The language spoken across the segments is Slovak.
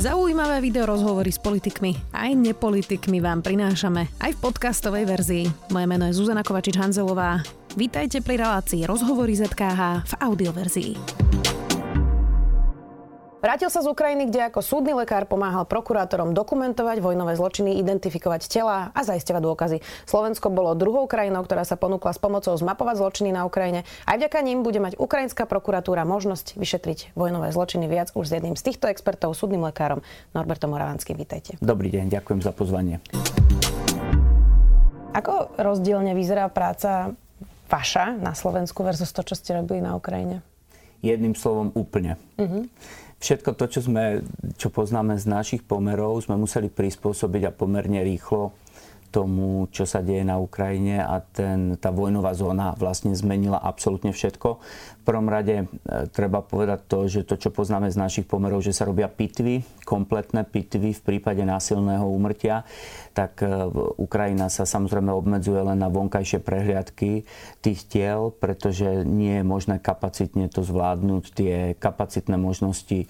Zaujímavé video rozhovory s politikmi aj nepolitikmi vám prinášame aj v podcastovej verzii. Moje meno je Zuzana Kovačič-Hanzelová. Vítajte pri relácii Rozhovory ZKH v audioverzii. Vrátil sa z Ukrajiny, kde ako súdny lekár pomáhal prokurátorom dokumentovať vojnové zločiny, identifikovať telá a zaisťovať dôkazy. Slovensko bolo druhou krajinou, ktorá sa ponúkla s pomocou zmapovať zločiny na Ukrajine. Aj vďaka nim bude mať ukrajinská prokuratúra možnosť vyšetriť vojnové zločiny viac už s jedným z týchto expertov, súdnym lekárom Norbertom Moravanským. Vítajte. Dobrý deň, ďakujem za pozvanie. Ako rozdielne vyzerá práca vaša na Slovensku versus to, čo ste robili na Ukrajine? Jedným slovom úplne. Všetko to, čo poznáme z našich pomerov, sme museli prispôsobiť a pomerne rýchlo tomu, čo sa deje na Ukrajine, a tá vojnová zóna vlastne zmenila absolútne všetko. V prvom rade treba povedať to, že to, čo poznáme z našich pomerov, že sa robia pitvy, kompletné pitvy v prípade násilného úmrtia, tak Ukrajina sa samozrejme obmedzuje len na vonkajšie prehliadky tých tiel, pretože nie je možné kapacitne to zvládnuť. Tie kapacitné možnosti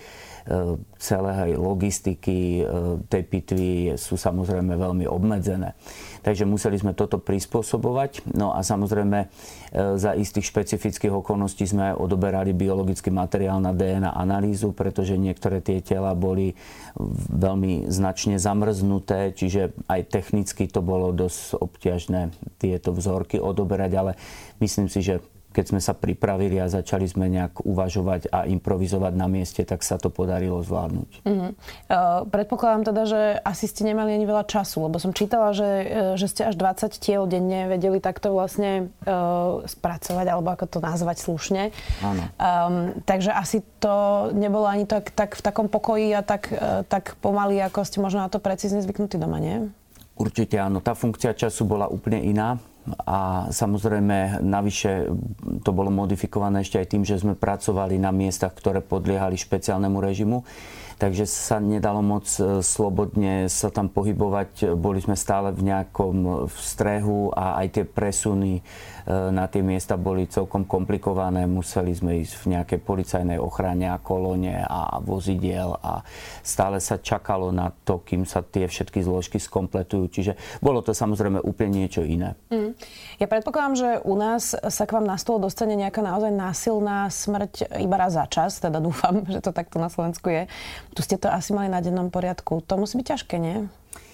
celej logistiky tej pitvy sú samozrejme veľmi obmedzené. Takže museli sme toto prispôsobovať. No a samozrejme za istých špecifických okolností sme odoberali biologický materiál na DNA analýzu, pretože niektoré tie tela boli veľmi značne zamrznuté, čiže aj technicky to bolo dosť obťažné tieto vzorky odoberať, ale myslím si, že keď sme sa pripravili a začali sme nejak uvažovať a improvizovať na mieste, tak sa to podarilo zvládnuť. Predpokladám teda, že asi ste nemali ani veľa času, lebo som čítala, že ste až 20 tiel denne vedeli takto vlastne spracovať, alebo ako to nazvať slušne. Áno. Takže asi to nebolo ani tak v takom pokoji a tak pomaly, ako ste možno na to precízne zvyknutí doma, nie? Určite áno. Tá funkcia času bola úplne iná. A samozrejme, navyše to bolo modifikované ešte aj tým, že sme pracovali na miestach, ktoré podliehali špeciálnemu režimu. Takže sa nedalo moc slobodne sa tam pohybovať. Boli sme stále v nejakom strehu a aj tie presuny na tie miesta boli celkom komplikované. Museli sme ísť v nejakej policajnej ochrane a kolóne a vozidiel a stále sa čakalo na to, kým sa tie všetky zložky skompletujú. Čiže bolo to samozrejme úplne niečo iné. Ja predpokladám, že u nás sa k vám na stôl dostane nejaká naozaj násilná smrť iba raz za čas, teda dúfam, že to takto na Slovensku je. Tu ste to asi mali na dennom poriadku. To musí byť ťažké, nie?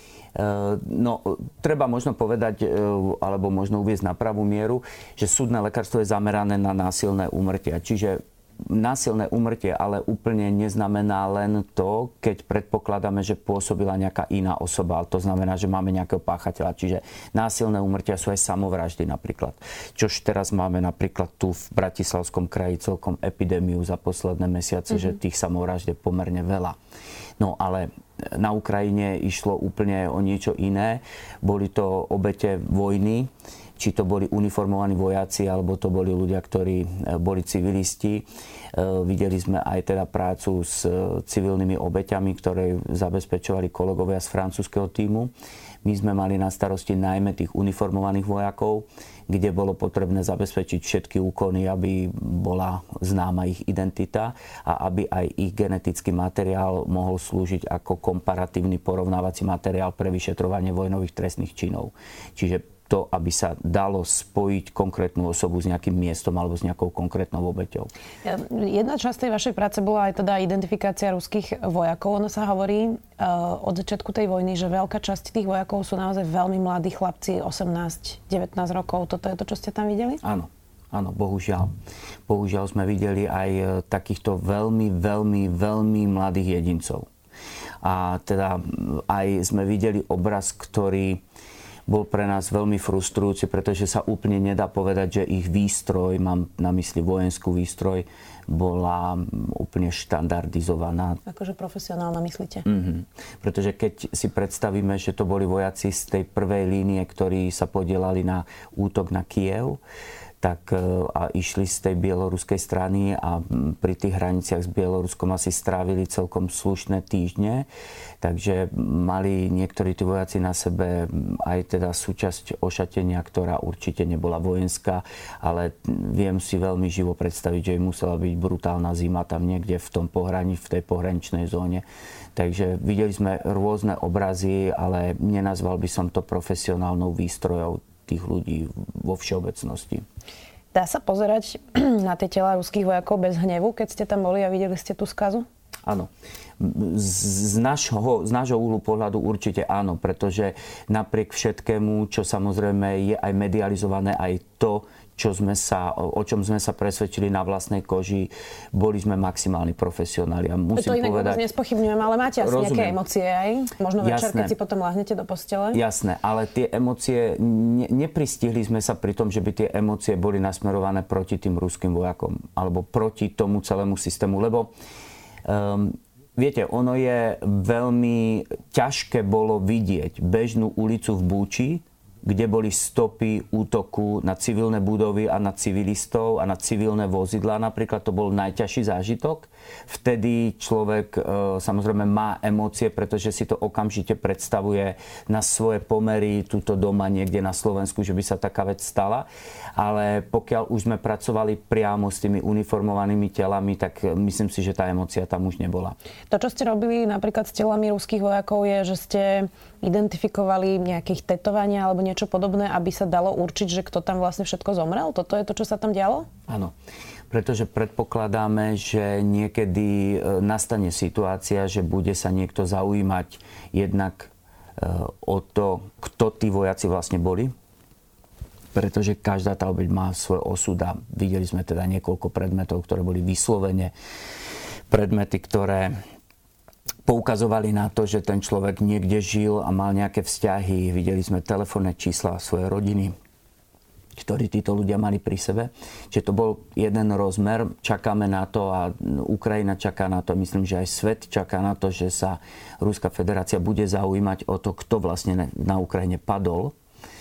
No, treba možno povedať, alebo možno uviesť na pravú mieru, že súdne lekárstvo je zamerané na násilné úmrtia. Čiže násilné úmrtie ale úplne neznamená len to, keď predpokladáme, že pôsobila nejaká iná osoba. To znamená, že máme nejakého páchateľa. Čiže násilné úmrtia sú aj samovraždy napríklad. Čož teraz máme napríklad tu v Bratislavskom kraji celkom epidémiu za posledné mesiace, že tých samovražd je pomerne veľa. No ale na Ukrajine išlo úplne o niečo iné. Boli to obete vojny, či to boli uniformovaní vojaci, alebo to boli ľudia, ktorí boli civilisti. Videli sme aj teda prácu s civilnými obeťami, ktoré zabezpečovali kolegovia z francúzskeho tímu. My sme mali na starosti najmä tých uniformovaných vojakov, kde bolo potrebné zabezpečiť všetky úkony, aby bola známa ich identita a aby aj ich genetický materiál mohol slúžiť ako komparatívny porovnávací materiál pre vyšetrovanie vojnových trestných činov. Čiže to, aby sa dalo spojiť konkrétnu osobu s nejakým miestom alebo s nejakou konkrétnou obeťou. Jedna časť tej vašej práce bola aj teda identifikácia ruských vojakov. Ono sa hovorí od začiatku tej vojny, že veľká časť tých vojakov sú naozaj veľmi mladí chlapci, 18-19 rokov. Toto je to, čo ste tam videli? Áno. Áno, bohužiaľ. Bohužiaľ sme videli aj takýchto veľmi, veľmi, veľmi mladých jedincov. A teda aj sme videli obraz, ktorý bol pre nás veľmi frustrujúci, pretože sa úplne nedá povedať, že ich výstroj, mám na mysli vojenskú výstroj, bola úplne štandardizovaná. Akože profesionálna, myslíte? Pretože keď si predstavíme, že to boli vojaci z tej prvej línie, ktorí sa podielali na útok na Kyjev, tak a išli z tej bieloruskej strany a pri tých hraniciach s Bieloruskom asi strávili celkom slušné týždne. Takže mali niektorí tí vojaci na sebe aj teda súčasť ošatenia, ktorá určite nebola vojenská, ale viem si veľmi živo predstaviť, že musela byť brutálna zima tam niekde v tej pohraničnej zóne. Takže videli sme rôzne obrazy, ale nenazval by som to profesionálnou výstrojou tých ľudí vo všeobecnosti. Dá sa pozerať na tie tela ruských vojakov bez hnevu, keď ste tam boli a videli ste tú skazu? Áno. Z nášho uhlu pohľadu určite áno, pretože napriek všetkému, čo samozrejme je aj medializované, aj to, o čom sme sa presvedčili na vlastnej koži, boli sme maximálni profesionáli. A musím to inak vôbec nespochybňujem, ale máte asi nejaké emócie aj? Možno večer, keď si potom láhnete do postele? Jasné, ale tie emócie, nepristihli sme sa pri tom, že by tie emócie boli nasmerované proti tým ruským vojakom alebo proti tomu celému systému, lebo viete, ono je veľmi ťažké bolo vidieť bežnú ulicu v Búči, kde boli stopy útoku na civilné budovy a na civilistov a na civilné vozidlá. Napríklad to bol najťažší zážitok. Vtedy človek samozrejme má emócie, pretože si to okamžite predstavuje na svoje pomery tuto doma niekde na Slovensku, že by sa taká vec stala. Ale pokiaľ už sme pracovali priamo s tými uniformovanými telami, tak myslím si, že tá emócia tam už nebola. To, čo ste robili napríklad s telami ruských vojakov, je, že ste identifikovali nejakých tetovania alebo niečo podobné, aby sa dalo určiť, že kto tam vlastne všetko zomrel? Toto je to, čo sa tam dialo? Áno, pretože predpokladáme, že niekedy nastane situácia, že bude sa niekto zaujímať jednak o to, kto tí vojaci vlastne boli, pretože každá tá obeť má svoj osud a videli sme teda niekoľko predmetov, ktoré boli vyslovene predmety, ktoré poukazovali na to, že ten človek niekde žil a mal nejaké vzťahy. Videli sme telefónne čísla svojej rodiny, ktorí títo ľudia mali pri sebe. Čiže to bol jeden rozmer. Čakáme na to a Ukrajina čaká na to. Myslím, že aj svet čaká na to, že sa Ruská federácia bude zaujímať o to, kto vlastne na Ukrajine padol.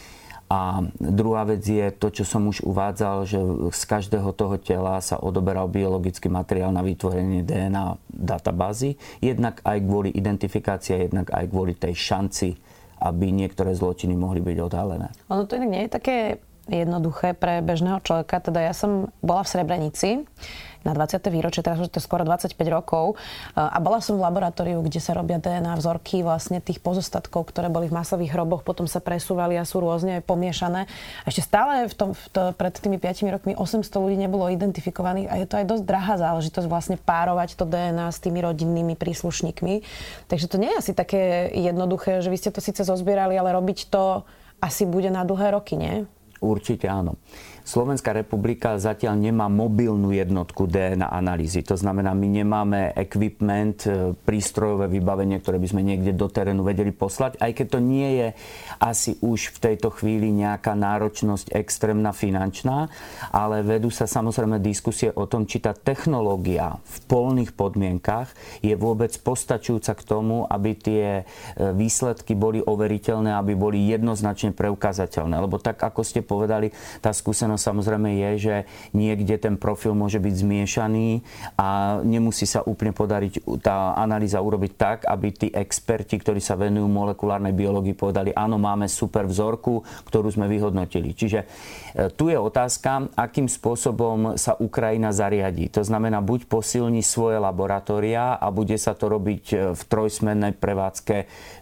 A druhá vec je to, čo som už uvádzal, že z každého toho tela sa odoberal biologický materiál na vytvorenie DNA databázy. Jednak aj kvôli identifikácii, jednak aj kvôli tej šanci, aby niektoré zločiny mohli byť odhalené. Ono to inak nie je také jednoduché pre bežného človeka. Teda ja som bola v Srebrenici na 20. výročie, teraz už to je skoro 25 rokov. A bola som v laboratóriu, kde sa robia DNA vzorky vlastne tých pozostatkov, ktoré boli v masových hroboch, potom sa presúvali a sú rôzne pomiešané. A ešte stále pred tými 5 rokmi 800 ľudí nebolo identifikovaných a je to aj dosť drahá záležitosť vlastne párovať to DNA s tými rodinnými príslušníkmi. Takže to nie je asi také jednoduché, že vy ste to síce zozbierali, ale robiť to asi bude na dlhé roky, nie? Určite áno. Slovenská republika zatiaľ nemá mobilnú jednotku DNA analýzy. To znamená, my nemáme equipment, prístrojové vybavenie, ktoré by sme niekde do terénu vedeli poslať, aj keď to nie je asi už v tejto chvíli nejaká náročnosť extrémna finančná, ale vedú sa samozrejme diskusie o tom, či tá technológia v poľných podmienkach je vôbec postačujúca k tomu, aby tie výsledky boli overiteľné, aby boli jednoznačne preukázateľné. Lebo tak, ako ste povedali, tá skúsenosť samozrejme je, že niekde ten profil môže byť zmiešaný a nemusí sa úplne podariť tá analýza urobiť tak, aby tí experti, ktorí sa venujú molekulárnej biológii, povedali, áno, máme super vzorku, ktorú sme vyhodnotili. Čiže tu je otázka, akým spôsobom sa Ukrajina zariadí. To znamená, buď posilní svoje laboratória a bude sa to robiť v trojsmennej prevádzke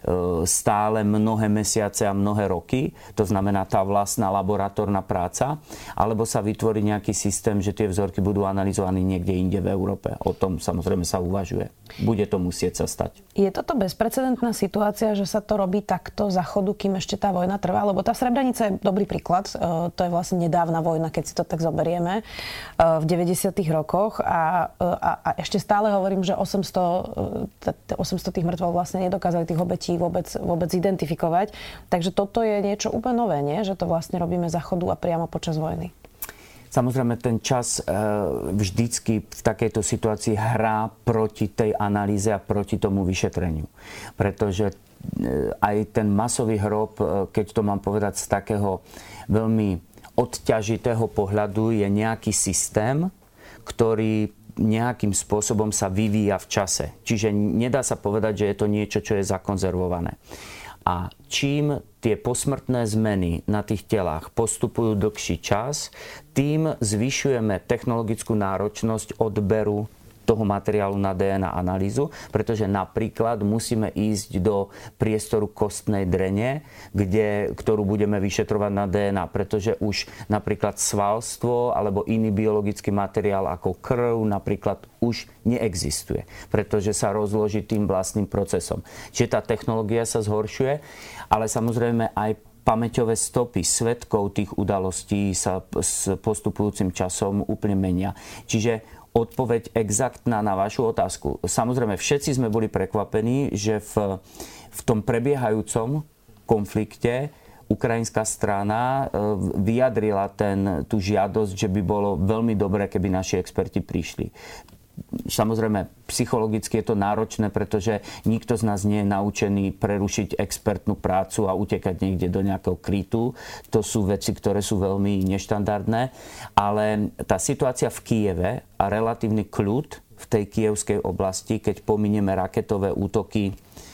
stále mnohé mesiace a mnohé roky. To znamená tá vlastná laboratórna práca. Alebo sa vytvorí nejaký systém, že tie vzorky budú analyzované niekde inde v Európe. O tom samozrejme sa uvažuje. Bude to musieť sa stať. Je toto bezprecedentná situácia, že sa to robí takto za chodu, kým ešte tá vojna trvá? Lebo tá Srebrenica je dobrý príklad. To je vlastne nedávna vojna, keď si to tak zoberieme, v 90. rokoch. A ešte stále hovorím, že 800 tých mŕtvol vlastne nedokázali tých obetí vôbec identifikovať. Takže toto je niečo úplne nové, nie? Že to vlastne robíme za chodu a priamo počas vojny. Samozrejme, ten čas vždycky v takejto situácii hrá proti tej analýze a proti tomu vyšetreniu. Pretože aj ten masový hrob, keď to mám povedať z takého veľmi odťažitého pohľadu je nejaký systém, ktorý nejakým spôsobom sa vyvíja v čase. Čiže nedá sa povedať, že je to niečo, čo je zakonzervované. A čím tie posmrtné zmeny na tých telách postupujú dlhší čas, tým zvyšujeme technologickú náročnosť odberu toho materiálu na DNA analýzu, pretože napríklad musíme ísť do priestoru kostnej drene, ktorú budeme vyšetrovať na DNA, pretože už napríklad svalstvo alebo iný biologický materiál ako krv napríklad už neexistuje, pretože sa rozloží tým vlastným procesom. Čiže tá technológia sa zhoršuje, ale samozrejme aj pamäťové stopy svedkov tých udalostí sa s postupujúcim časom úplne menia. Čiže odpoveď exaktná na vašu otázku. Samozrejme, všetci sme boli prekvapení, že v tom prebiehajúcom konflikte ukrajinská strana vyjadrila tú žiadosť, že by bolo veľmi dobré, keby naši experti prišli. Samozrejme, psychologicky je to náročné, pretože nikto z nás nie je naučený prerušiť expertnú prácu a utekať niekde do nejakého krytu. To sú veci, ktoré sú veľmi neštandardné. Ale tá situácia v Kyjeve a relatívny kľud v tej kyjevskej oblasti, keď pominieme raketové útoky,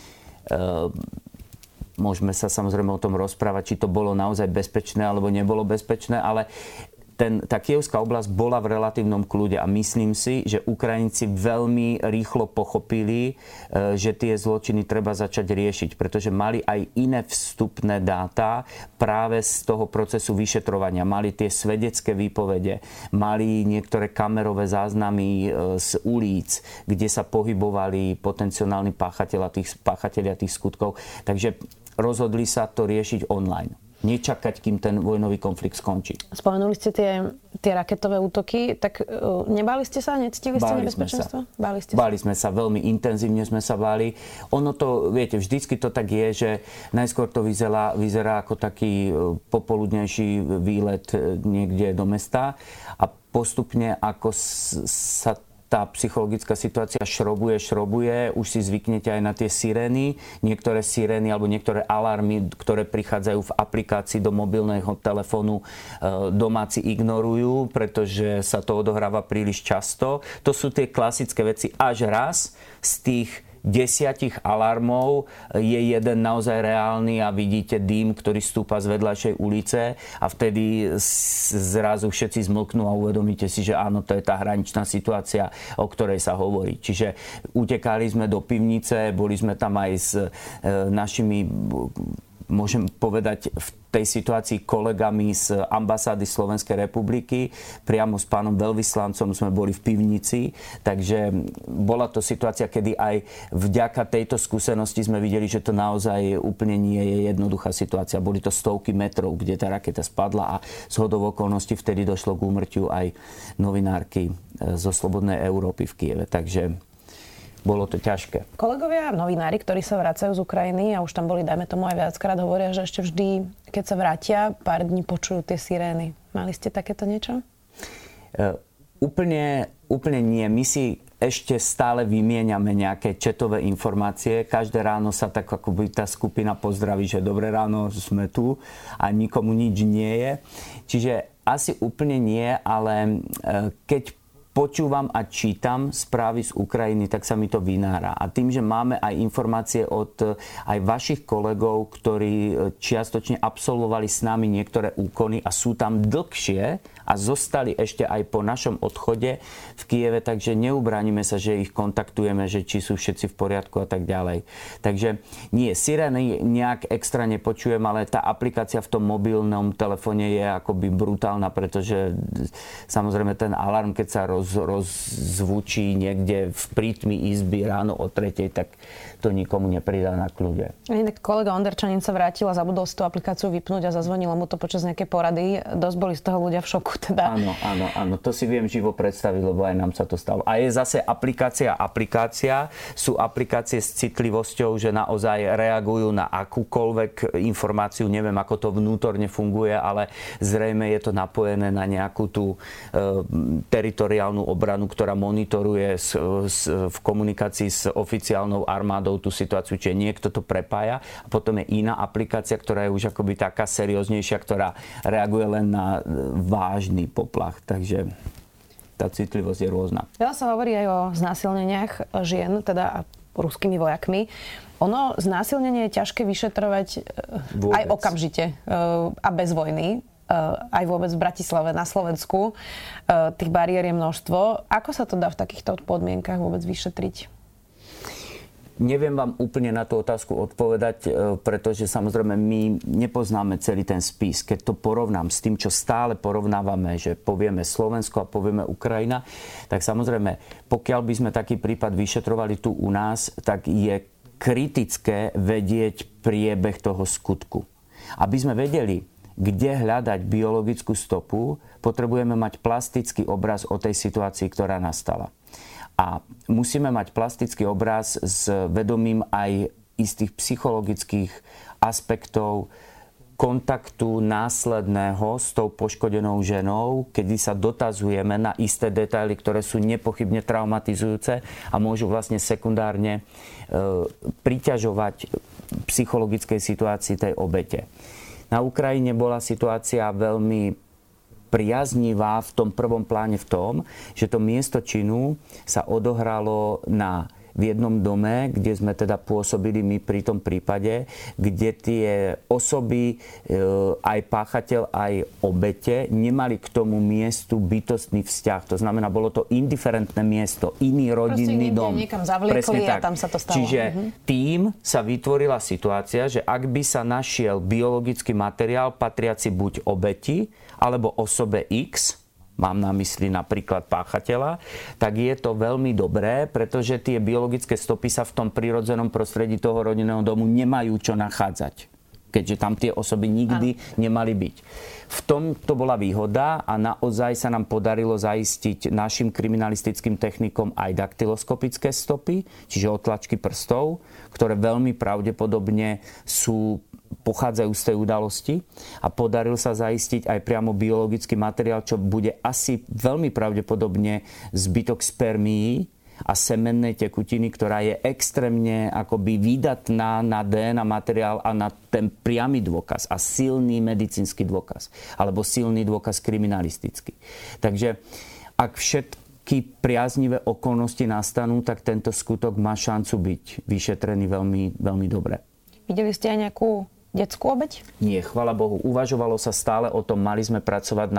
môžeme sa samozrejme o tom rozprávať, či to bolo naozaj bezpečné alebo nebolo bezpečné, ale tá kyjevská oblasť bola v relatívnom kľude a myslím si, že Ukrajinci veľmi rýchlo pochopili, že tie zločiny treba začať riešiť, pretože mali aj iné vstupné dáta práve z toho procesu vyšetrovania. Mali tie svedecké výpovede, mali niektoré kamerové záznamy z ulic, kde sa pohybovali potenciálni páchatelia tých skutkov. Takže rozhodli sa to riešiť online. Nečakať, kým ten vojnový konflikt skončí. Spomenuli ste tie raketové útoky, tak nebáli ste sa? Necítili ste nebezpečenstvo? Báli sme sa, veľmi intenzívne sme sa báli. Ono to, viete, vždycky to tak je, že najskôr to vyzerá ako taký popoludnejší výlet niekde do mesta a postupne, ako sa tá psychologická situácia šrobuje, už si zvyknete aj na tie sirény. Niektoré sirény alebo niektoré alarmy, ktoré prichádzajú v aplikácii do mobilného telefónu, domáci ignorujú, pretože sa to odohráva príliš často. To sú tie klasické veci. Až raz z tých 10 alarmov je jeden naozaj reálny a vidíte dým, ktorý stúpa z vedľajšej ulice a vtedy zrazu všetci zmlknú a uvedomíte si, že áno, to je tá hraničná situácia, o ktorej sa hovorí. Čiže utekali sme do pivnice, boli sme tam aj s našimi, môžem povedať, v tej situácii kolegami z ambasády Slovenskej republiky. Priamo s pánom veľvyslancom sme boli v pivnici, takže bola to situácia, kedy aj vďaka tejto skúsenosti sme videli, že to naozaj úplne nie je jednoduchá situácia. Boli to stovky metrov, kde tá raketa spadla a zhodou okolností vtedy došlo k úmrtiu aj novinárky zo Slobodnej Európy v Kyjeve. Takže bolo to ťažké. Kolegovia novinári, ktorí sa vracajú z Ukrajiny a už tam boli, dajme tomu aj viackrát, hovoria, že ešte vždy, keď sa vrátia, pár dní počujú tie sirény. Mali ste takéto niečo? Úplne nie. My si ešte stále vymieňame nejaké četové informácie. Každé ráno sa tak akoby tá skupina pozdraví, že dobré ráno, sme tu a nikomu nič nie je. Čiže asi úplne nie, ale keď počúvam a čítam správy z Ukrajiny, tak sa mi to vynára. A tým, že máme aj informácie od aj vašich kolegov, ktorí čiastočne absolvovali s nami niektoré úkony a sú tam dlhšie a zostali ešte aj po našom odchode v Kyjeve, takže neubránime sa, že ich kontaktujeme, že či sú všetci v poriadku a tak ďalej. Takže nie, sirény nejak extra nepočujem, ale tá aplikácia v tom mobilnom telefóne je akoby brutálna, pretože samozrejme ten alarm, keď sa rozzvučí niekde v prítmi izby ráno o 3:00, tak to nikomu nepridá na kľude. Inak kolega Onderčanin sa vrátil a zabudol si tú aplikáciu vypnúť a zazvonilo mu to počas nejakej porady. Dosť boli z toho ľudia v šoku teda. Áno, to si viem živo predstaviť, lebo aj nám sa to stalo. A je zase aplikácia. Sú aplikácie s citlivosťou, že naozaj reagujú na akúkoľvek informáciu. Neviem, ako to vnútorne funguje, ale zrejme je to napojené na nejakú tú teritoriálnu teritoriálnu obranu, ktorá monitoruje v komunikácii s oficiálnou armádou tú situáciu, čiže niekto to prepája. A potom je iná aplikácia, ktorá je už akoby taká serióznejšia, ktorá reaguje len na vážny poplach. Takže tá citlivosť je rôzna. Veľa sa hovorí aj o znásilneniach žien, teda ruskými vojakmi. Ono znásilnenie je ťažké vyšetrovať aj okamžite a bez vojny. Aj vôbec v Bratislave, na Slovensku. Tých bariér je množstvo. Ako sa to dá v takýchto podmienkach vôbec vyšetriť? Neviem vám úplne na tú otázku odpovedať, pretože samozrejme my nepoznáme celý ten spis. Keď to porovnám s tým, čo stále porovnávame, že povieme Slovensko a povieme Ukrajina, tak samozrejme, pokiaľ by sme taký prípad vyšetrovali tu u nás, tak je kritické vedieť priebeh toho skutku. Aby sme vedeli, kde hľadať biologickú stopu, potrebujeme mať plastický obraz o tej situácii, ktorá nastala. A musíme mať plastický obraz s vedomím aj istých psychologických aspektov kontaktu následného s tou poškodenou ženou, kedy sa dotazujeme na isté detaily, ktoré sú nepochybne traumatizujúce a môžu vlastne sekundárne priťažovať psychologickej situácii tej obete. Na Ukrajine bola situácia veľmi priaznivá v tom prvom pláne v tom, že to miesto činu sa odohralo v jednom dome, kde sme teda pôsobili my pri tom prípade, kde tie osoby, aj páchateľ, aj obete, nemali k tomu miestu bytostný vzťah. To znamená, bolo to indiferentné miesto, iný rodinný dom. Niekam zavliekli a tam sa to stalo. Čiže tým sa vytvorila situácia, že ak by sa našiel biologický materiál patriaci buď obeti, alebo osobe X, mám na mysli napríklad páchateľa, tak je to veľmi dobré, pretože tie biologické stopy sa v tom prirodzenom prostredí toho rodinného domu nemajú čo nachádzať, keďže tam tie osoby nikdy nemali byť. V tom to bola výhoda a naozaj sa nám podarilo zaistiť našim kriminalistickým technikom aj daktyloskopické stopy, čiže otlačky prstov, ktoré veľmi pravdepodobne pochádzajú z tej udalosti a podaril sa zaistiť aj priamo biologický materiál, čo bude asi veľmi pravdepodobne zbytok spermií a semennej tekutiny, ktorá je extrémne akoby výdatná na DNA materiál a na ten priamy dôkaz a silný medicínsky dôkaz alebo silný dôkaz kriminalistický. Takže ak všetky priaznivé okolnosti nastanú, tak tento skutok má šancu byť vyšetrený veľmi, veľmi dobre. Videli ste aj nejakú detskú obeť? Nie, chvála Bohu. Uvažovalo sa stále o tom. Mali sme pracovať na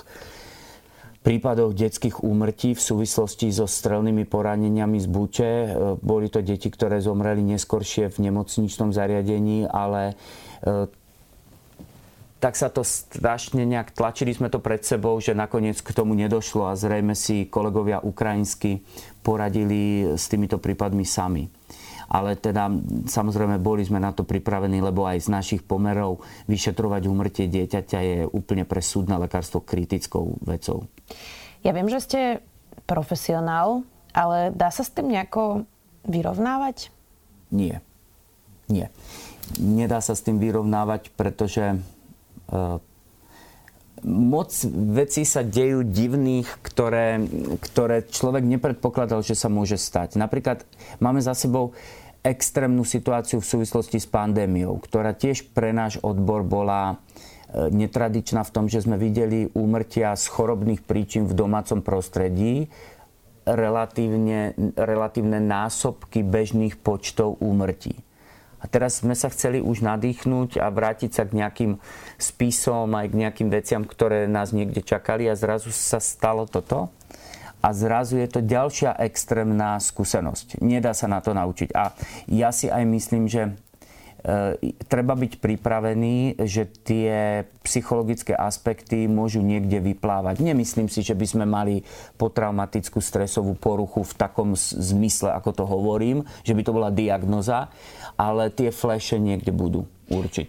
2 prípadoch detských úmrtí v súvislosti so strelnými poraneniami z Buče. Boli to deti, ktoré zomreli neskoršie v nemocničnom zariadení, ale tak sa to strašne nejak tlačili sme to pred sebou, že nakoniec k tomu nedošlo a zrejme si kolegovia ukrajinskí poradili s týmito prípadmi sami. Ale teda samozrejme boli sme na to pripravení, lebo aj z našich pomerov vyšetrovať úmrtie dieťaťa je úplne pre súdne lekárstvo kritickou vecou. Ja viem, že ste profesionál, ale dá sa s tým nejako vyrovnávať? Nie. Nedá sa s tým vyrovnávať, pretože moc vecí sa dejú divných, ktoré človek nepredpokladal, že sa môže stať. Napríklad máme za sebou extrémnu situáciu v súvislosti s pandémiou, ktorá tiež pre náš odbor bola netradičná v tom, že sme videli úmrtia z chorobných príčin v domácom prostredí, relatívne násobky bežných počtov úmrtí. A teraz sme sa chceli už nadýchnúť a vrátiť sa k nejakým spisom aj k nejakým veciam, ktoré nás niekde čakali a zrazu sa stalo toto. A zrazu je to ďalšia extrémna skúsenosť. Nedá sa na to naučiť. A ja si aj myslím, že treba byť pripravený, že tie psychologické aspekty môžu niekde vyplávať. Nemyslím si, že by sme mali potraumatickú stresovú poruchu v takom zmysle, ako to hovorím, že by to bola diagnoza, ale tie flashe niekde budú, určite.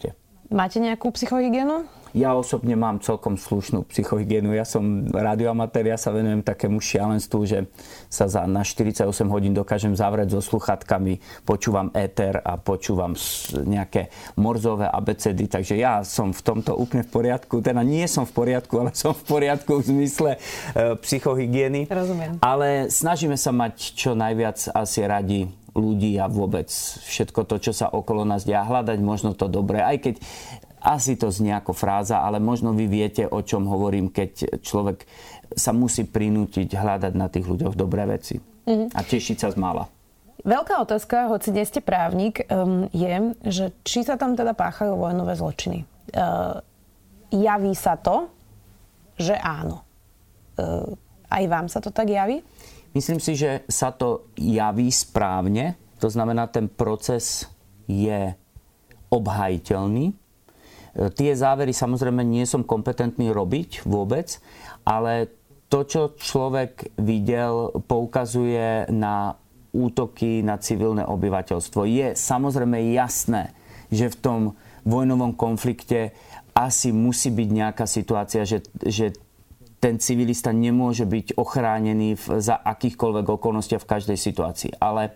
Máte nejakú psychohygienu? Ja osobne mám celkom slušnú psychohygienu. Ja som radioamatér, ja sa venujem takému šialenstvu, že sa na 48 hodín dokážem zavrieť so sluchatkami, počúvam éter a počúvam nejaké morzové abecedy, takže ja som v tomto úplne v poriadku. Teda nie som v poriadku, ale som v poriadku v zmysle psychohygieny. Rozumiem. Ale snažíme sa mať čo najviac asi radi ľudí a vôbec všetko to, čo sa okolo nás deje, hľadať možno to dobré, aj keď asi to znie ako fráza, ale možno vy viete, o čom hovorím, keď človek sa musí prinútiť hľadať na tých ľuďoch dobré veci a tešiť sa z mála. Veľká otázka, hoci nie ste právnik, je, že či sa tam teda páchajú vojnové zločiny. Javí sa to, že áno. Aj vám sa to tak javí? Myslím si, že sa to javí správne. To znamená, ten proces je obhajiteľný. Tie závery samozrejme nie som kompetentný robiť vôbec, ale to, čo človek videl, poukazuje na útoky na civilné obyvateľstvo. Je samozrejme jasné, že v tom vojnovom konflikte asi musí byť nejaká situácia, že ten civilista nemôže byť ochránený za akýchkoľvek okolností v každej situácii. Ale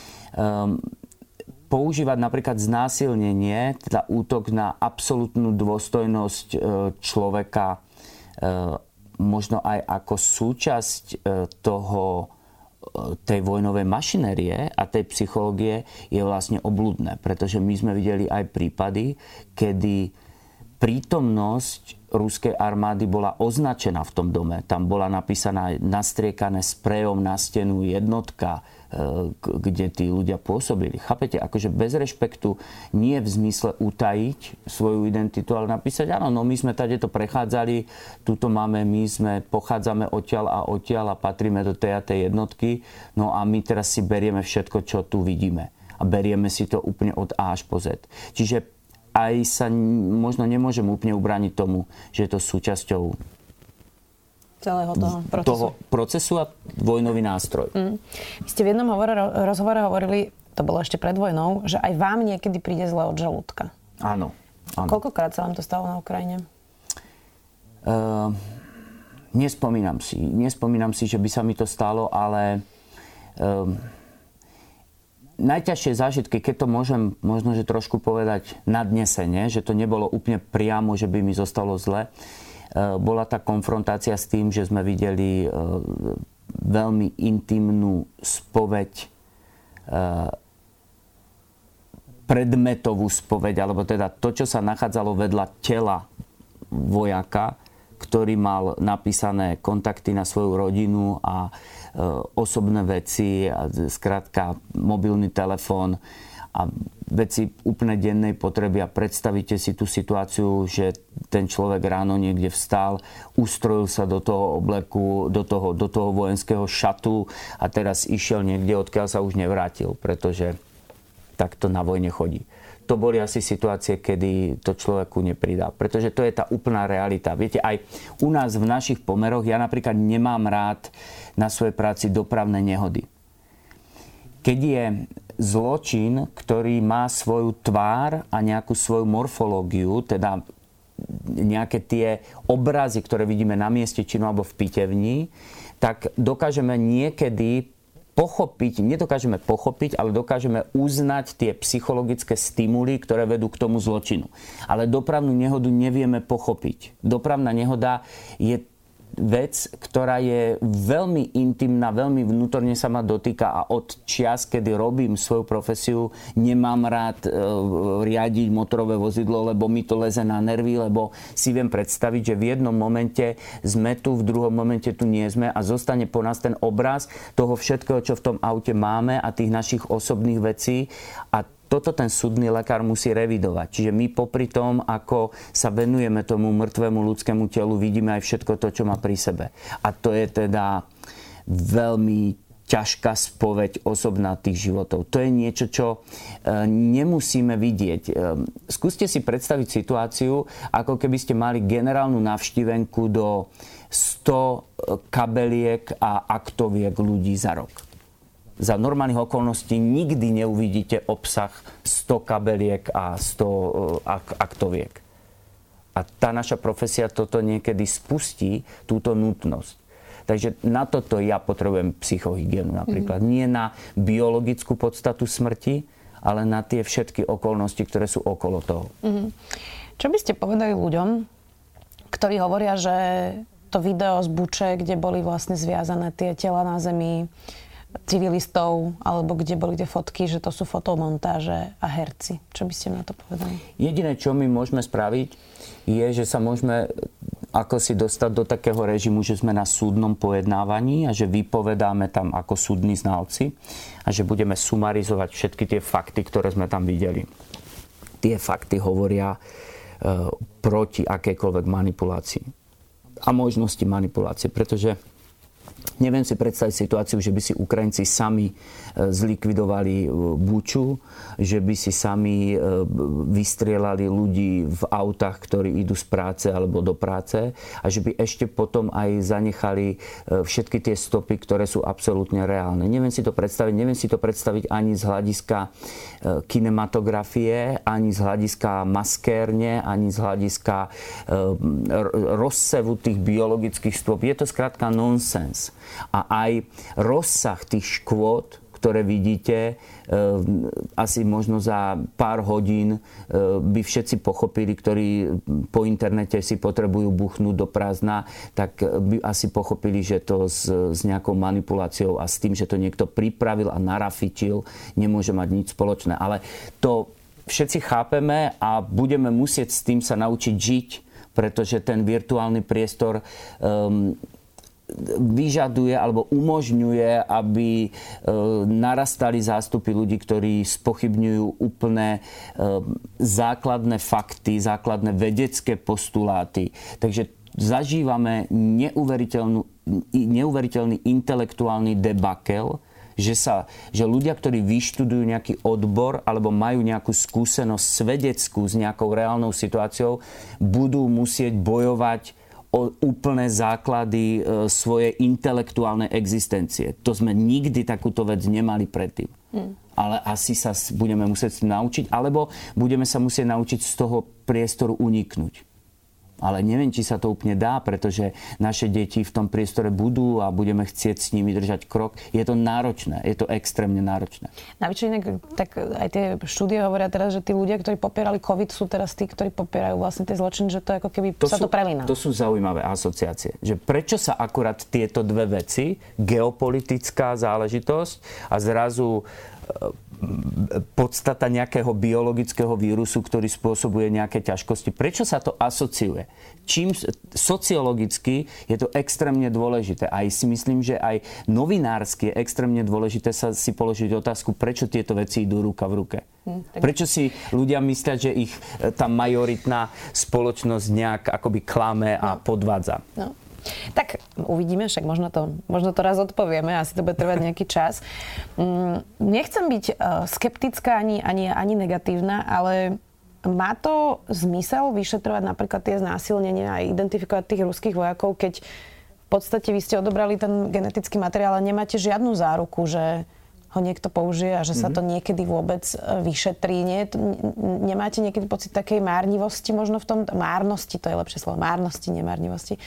používať napríklad znásilnenie, teda útok na absolútnu dôstojnosť človeka, možno aj ako súčasť tej vojnovej mašinérie a tej psychológie, je vlastne obludné. Pretože my sme videli aj prípady, kedy prítomnosť ruskej armády bola označená v tom dome. Tam bola napísaná, nastriekané sprejom na stenu jednotka, kde tí ľudia pôsobili. Chápete? Akože bez rešpektu, nie v zmysle utajiť svoju identitu, ale napísať, áno, no my sme tadeto prechádzali, tuto máme, pochádzame odtiaľ a patríme do tej a tej jednotky, no a my teraz si berieme všetko, čo tu vidíme. A berieme si to úplne od A až po Z. Čiže aj sa možno nemôžem úplne ubrániť tomu, že je to súčasťou celého toho procesu a vojnový nástroj. Vy ste v jednom rozhovore hovorili, to bolo ešte pred vojnou, že aj vám niekedy príde zle od žalúdka. Áno. Koľkokrát sa vám to stalo na Ukrajine? Nespomínam si, že by sa mi to stalo, ale najťažšie zážitky, keď to môžem možno, že trošku povedať nadnesene, že to nebolo úplne priamo, že by mi zostalo zle, bola tá konfrontácia s tým, že sme videli veľmi intimnú spoveď, predmetovú spoveď, alebo teda to, čo sa nachádzalo vedľa tela vojaka, ktorý mal napísané kontakty na svoju rodinu a osobné veci, a skrátka mobilný telefón a veci úplne dennej potreby. A predstavíte si tú situáciu, že ten človek ráno niekde vstal, ustrojil sa do toho obleku, do toho vojenského šatu a teraz išiel niekde, odkiaľ sa už nevrátil, pretože takto na vojne chodí. To boli asi situácie, kedy to človeku nepridá. Pretože to je tá úplná realita. Viete, aj u nás v našich pomeroch, ja napríklad nemám rád na svojej práci dopravné nehody. Keď je zločin, ktorý má svoju tvár a nejakú svoju morfológiu, teda nejaké tie obrazy, ktoré vidíme na mieste činu alebo v pitevni, tak dokážeme niekedy nedokážeme pochopiť, ale dokážeme uznať tie psychologické stimuly, ktoré vedú k tomu zločinu. Ale dopravnú nehodu nevieme pochopiť. Dopravná nehoda je vec, ktorá je veľmi intimná, veľmi vnútorne sa ma dotýka a od čias, kedy robím svoju profesiu, nemám rád riadiť motorové vozidlo, lebo mi to leze na nervy, lebo si viem predstaviť, že v jednom momente sme tu, v druhom momente tu nie sme a zostane po nás ten obraz toho všetkého, čo v tom aute máme a tých našich osobných vecí a toto ten súdny lekár musí revidovať. Čiže my popri tom, ako sa venujeme tomu mŕtvemu ľudskému telu, vidíme aj všetko to, čo má pri sebe. A to je teda veľmi ťažká spoveď osobná tých životov. To je niečo, čo nemusíme vidieť. Skúste si predstaviť situáciu, ako keby ste mali generálnu navštívenku do 100 kabeliek a aktoviek ľudí za rok. za normálnych okolností nikdy neuvidíte obsah 100 kabeliek a 100 aktoviek. A tá naša profesia toto niekedy spustí, túto nutnosť. Takže na toto ja potrebujem psychohygienu napríklad. Nie na biologickú podstatu smrti, ale na tie všetky okolnosti, ktoré sú okolo toho. Čo by ste povedali ľuďom, ktorí hovoria, že to video z Buče, kde boli vlastne zviazané tie tela na zemi civilistov, alebo kde boli tie fotky, že to sú fotomontáže a herci. Čo by ste na to povedali? Jediné, čo my môžeme spraviť, je, že sa môžeme ako si dostať do takého režimu, že sme na súdnom pojednávaní a že vypovedáme tam ako súdni znalci a že budeme sumarizovať všetky tie fakty, ktoré sme tam videli. Tie fakty hovoria proti akejkoľvek manipulácii a možnosti manipulácie, pretože neviem si predstaviť situáciu, že by si Ukrajinci sami zlikvidovali Buču, že by si sami vystrieľali ľudí v autách, ktorí idú z práce alebo do práce a že by ešte potom aj zanechali všetky tie stopy, ktoré sú absolútne reálne. Neviem si to predstaviť ani z hľadiska kinematografie, ani z hľadiska maskérne, ani z hľadiska rozsevu tých biologických stôp. Je to skrátka nonsens. A aj rozsah tých škôd, ktoré vidíte, asi možno za pár hodín by všetci pochopili, ktorí po internete si potrebujú buchnúť do prázdna, tak by asi pochopili, že to s nejakou manipuláciou a s tým, že to niekto pripravil a narafičil, nemôže mať nič spoločné. Ale to všetci chápeme a budeme musieť s tým sa naučiť žiť, pretože ten virtuálny priestor vyžaduje alebo umožňuje, aby narastali zástupy ľudí, ktorí spochybňujú úplne základné fakty, základné vedecké postuláty. Takže zažívame neuveriteľný intelektuálny debakel, že ľudia, ktorí vyštudujú nejaký odbor alebo majú nejakú skúsenosť svedeckú s nejakou reálnou situáciou, budú musieť bojovať o úplné základy svojej intelektuálnej existencie. To sme nikdy takúto vec nemali predtým. Ale asi sa budeme musieť naučiť, alebo budeme sa musieť naučiť z toho priestoru uniknúť. Ale neviem, či sa to úplne dá, pretože naše deti v tom priestore budú a budeme chcieť s nimi držať krok. Je to náročné, je to extrémne náročné. Navyše inak, tak aj tie štúdie hovoria teraz, že tí ľudia, ktorí popierali COVID, sú teraz tí, ktorí popierajú vlastne tie zločiny, že to je ako keby to prelína. To sú zaujímavé asociácie. Že prečo sa akurát tieto dve veci, geopolitická záležitosť a zrazu podstata nejakého biologického vírusu, ktorý spôsobuje nejaké ťažkosti. Prečo sa to asociuje? Sociologicky je to extrémne dôležité. Aj si myslím, že aj novinársky je extrémne dôležité sa si položiť otázku, prečo tieto veci idú ruka v ruke. Prečo si ľudia myslia, že ich tá majoritná spoločnosť nejak akoby klame a podvádza? No. Tak uvidíme, však možno to raz odpovieme, asi to bude trvať nejaký čas. Nechcem byť skeptická ani negatívna, ale má to zmysel vyšetrovať napríklad tie znásilnenia a identifikovať tých ruských vojakov, keď v podstate vy ste odobrali ten genetický materiál a nemáte žiadnu záruku, že ho niekto použije a že sa to niekedy vôbec vyšetrí. Nemáte niekedy pocit takej márnivosti možno v tom? Márnosti, to je lepšie slovo. Márnosti, nemárnivosti.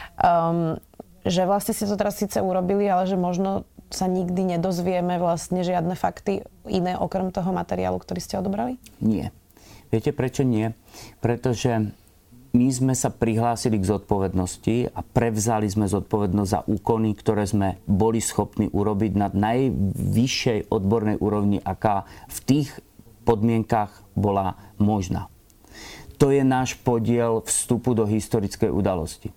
Že vlastne si to teraz síce urobili, ale že možno sa nikdy nedozvieme vlastne žiadne fakty iné okrem toho materiálu, ktorý ste odobrali? Nie. Viete prečo nie? Pretože my sme sa prihlásili k zodpovednosti a prevzali sme zodpovednosť za úkony, ktoré sme boli schopní urobiť na najvyššej odbornej úrovni, aká v tých podmienkach bola možná. To je náš podiel vstupu do historickej udalosti.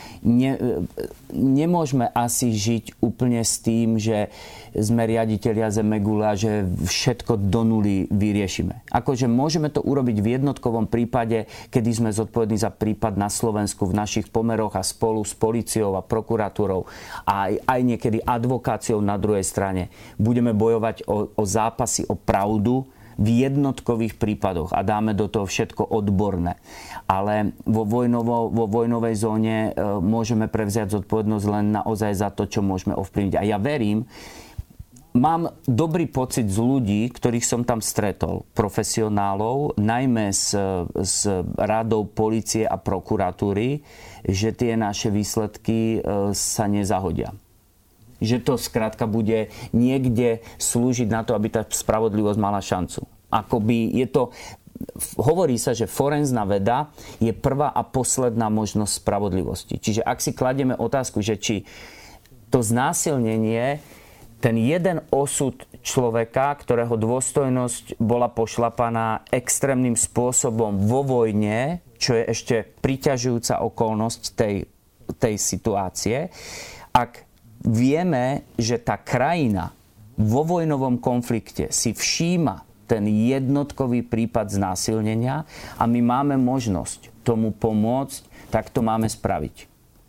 Nemôžeme asi žiť úplne s tým, že sme riaditelia Zemegule a že všetko do nuly vyriešime. Akože môžeme to urobiť v jednotkovom prípade, kedy sme zodpovední za prípad na Slovensku v našich pomeroch a spolu s políciou a prokuratúrou a aj niekedy advokáciou na druhej strane. Budeme bojovať o zápasy, o pravdu v jednotkových prípadoch a dáme do toho všetko odborné. Ale vo vojnovej zóne môžeme prevziať zodpovednosť len naozaj za to, čo môžeme ovplyvniť. A ja verím, Mám dobrý pocit z ľudí, ktorých som tam stretol, profesionálov, najmä z radou polície a prokuratúry, že tie naše výsledky sa nezahodia. Že to skrátka bude niekde slúžiť na to, aby tá spravodlivosť mala šancu. Akoby je to, hovorí sa, že forenzná veda je prvá a posledná možnosť spravodlivosti. Čiže ak si kladieme otázku, že či to znásilnenie, ten jeden osud človeka, ktorého dôstojnosť bola pošlapaná extrémnym spôsobom vo vojne, čo je ešte priťažujúca okolnosť tej situácie, ak vieme, že tá krajina vo vojnovom konflikte si všíma ten jednotkový prípad znásilnenia a my máme možnosť tomu pomôcť, tak to máme spraviť.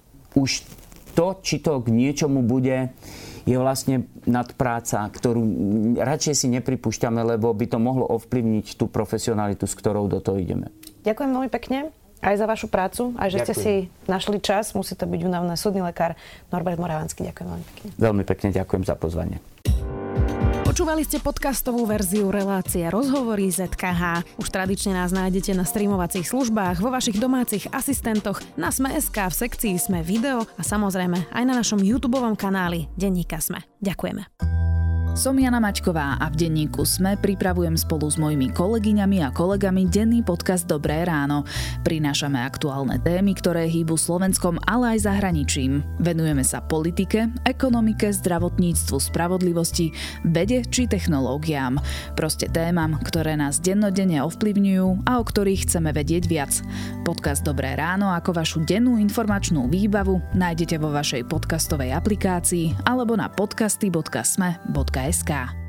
Už to, či to k niečomu bude, je vlastne nadpráca, ktorú radšej si nepripúšťame, lebo by to mohlo ovplyvniť tú profesionalitu, s ktorou do toho ideme. Ďakujem veľmi pekne aj za vašu prácu, aj že ste si našli čas. Musí to byť únavné. Súdny lekár Norbert Moravanský. Ďakujem veľmi pekne. Veľmi pekne ďakujem za pozvanie. Počúvali ste podcastovú verziu relácie Rozhovory ZKH. Už tradične nás nájdete na streamovacích službách, vo vašich domácich asistentoch, na Sme.sk, v sekcii Sme video a samozrejme aj na našom YouTubeovom kanáli Denníka Sme. Ďakujeme. Som Jana Maťková a v denníku Sme pripravujem spolu s mojimi kolegyňami a kolegami denný podcast Dobré ráno. Prinášame aktuálne témy, ktoré hýbu Slovenskom, ale aj zahraničím. Venujeme sa politike, ekonomike, zdravotníctvu, spravodlivosti, vede či technológiám. Proste témam, ktoré nás dennodenne ovplyvňujú a o ktorých chceme vedieť viac. Podcast Dobré ráno ako vašu dennú informačnú výbavu nájdete vo vašej podcastovej aplikácii alebo na podcasty.sme.sk.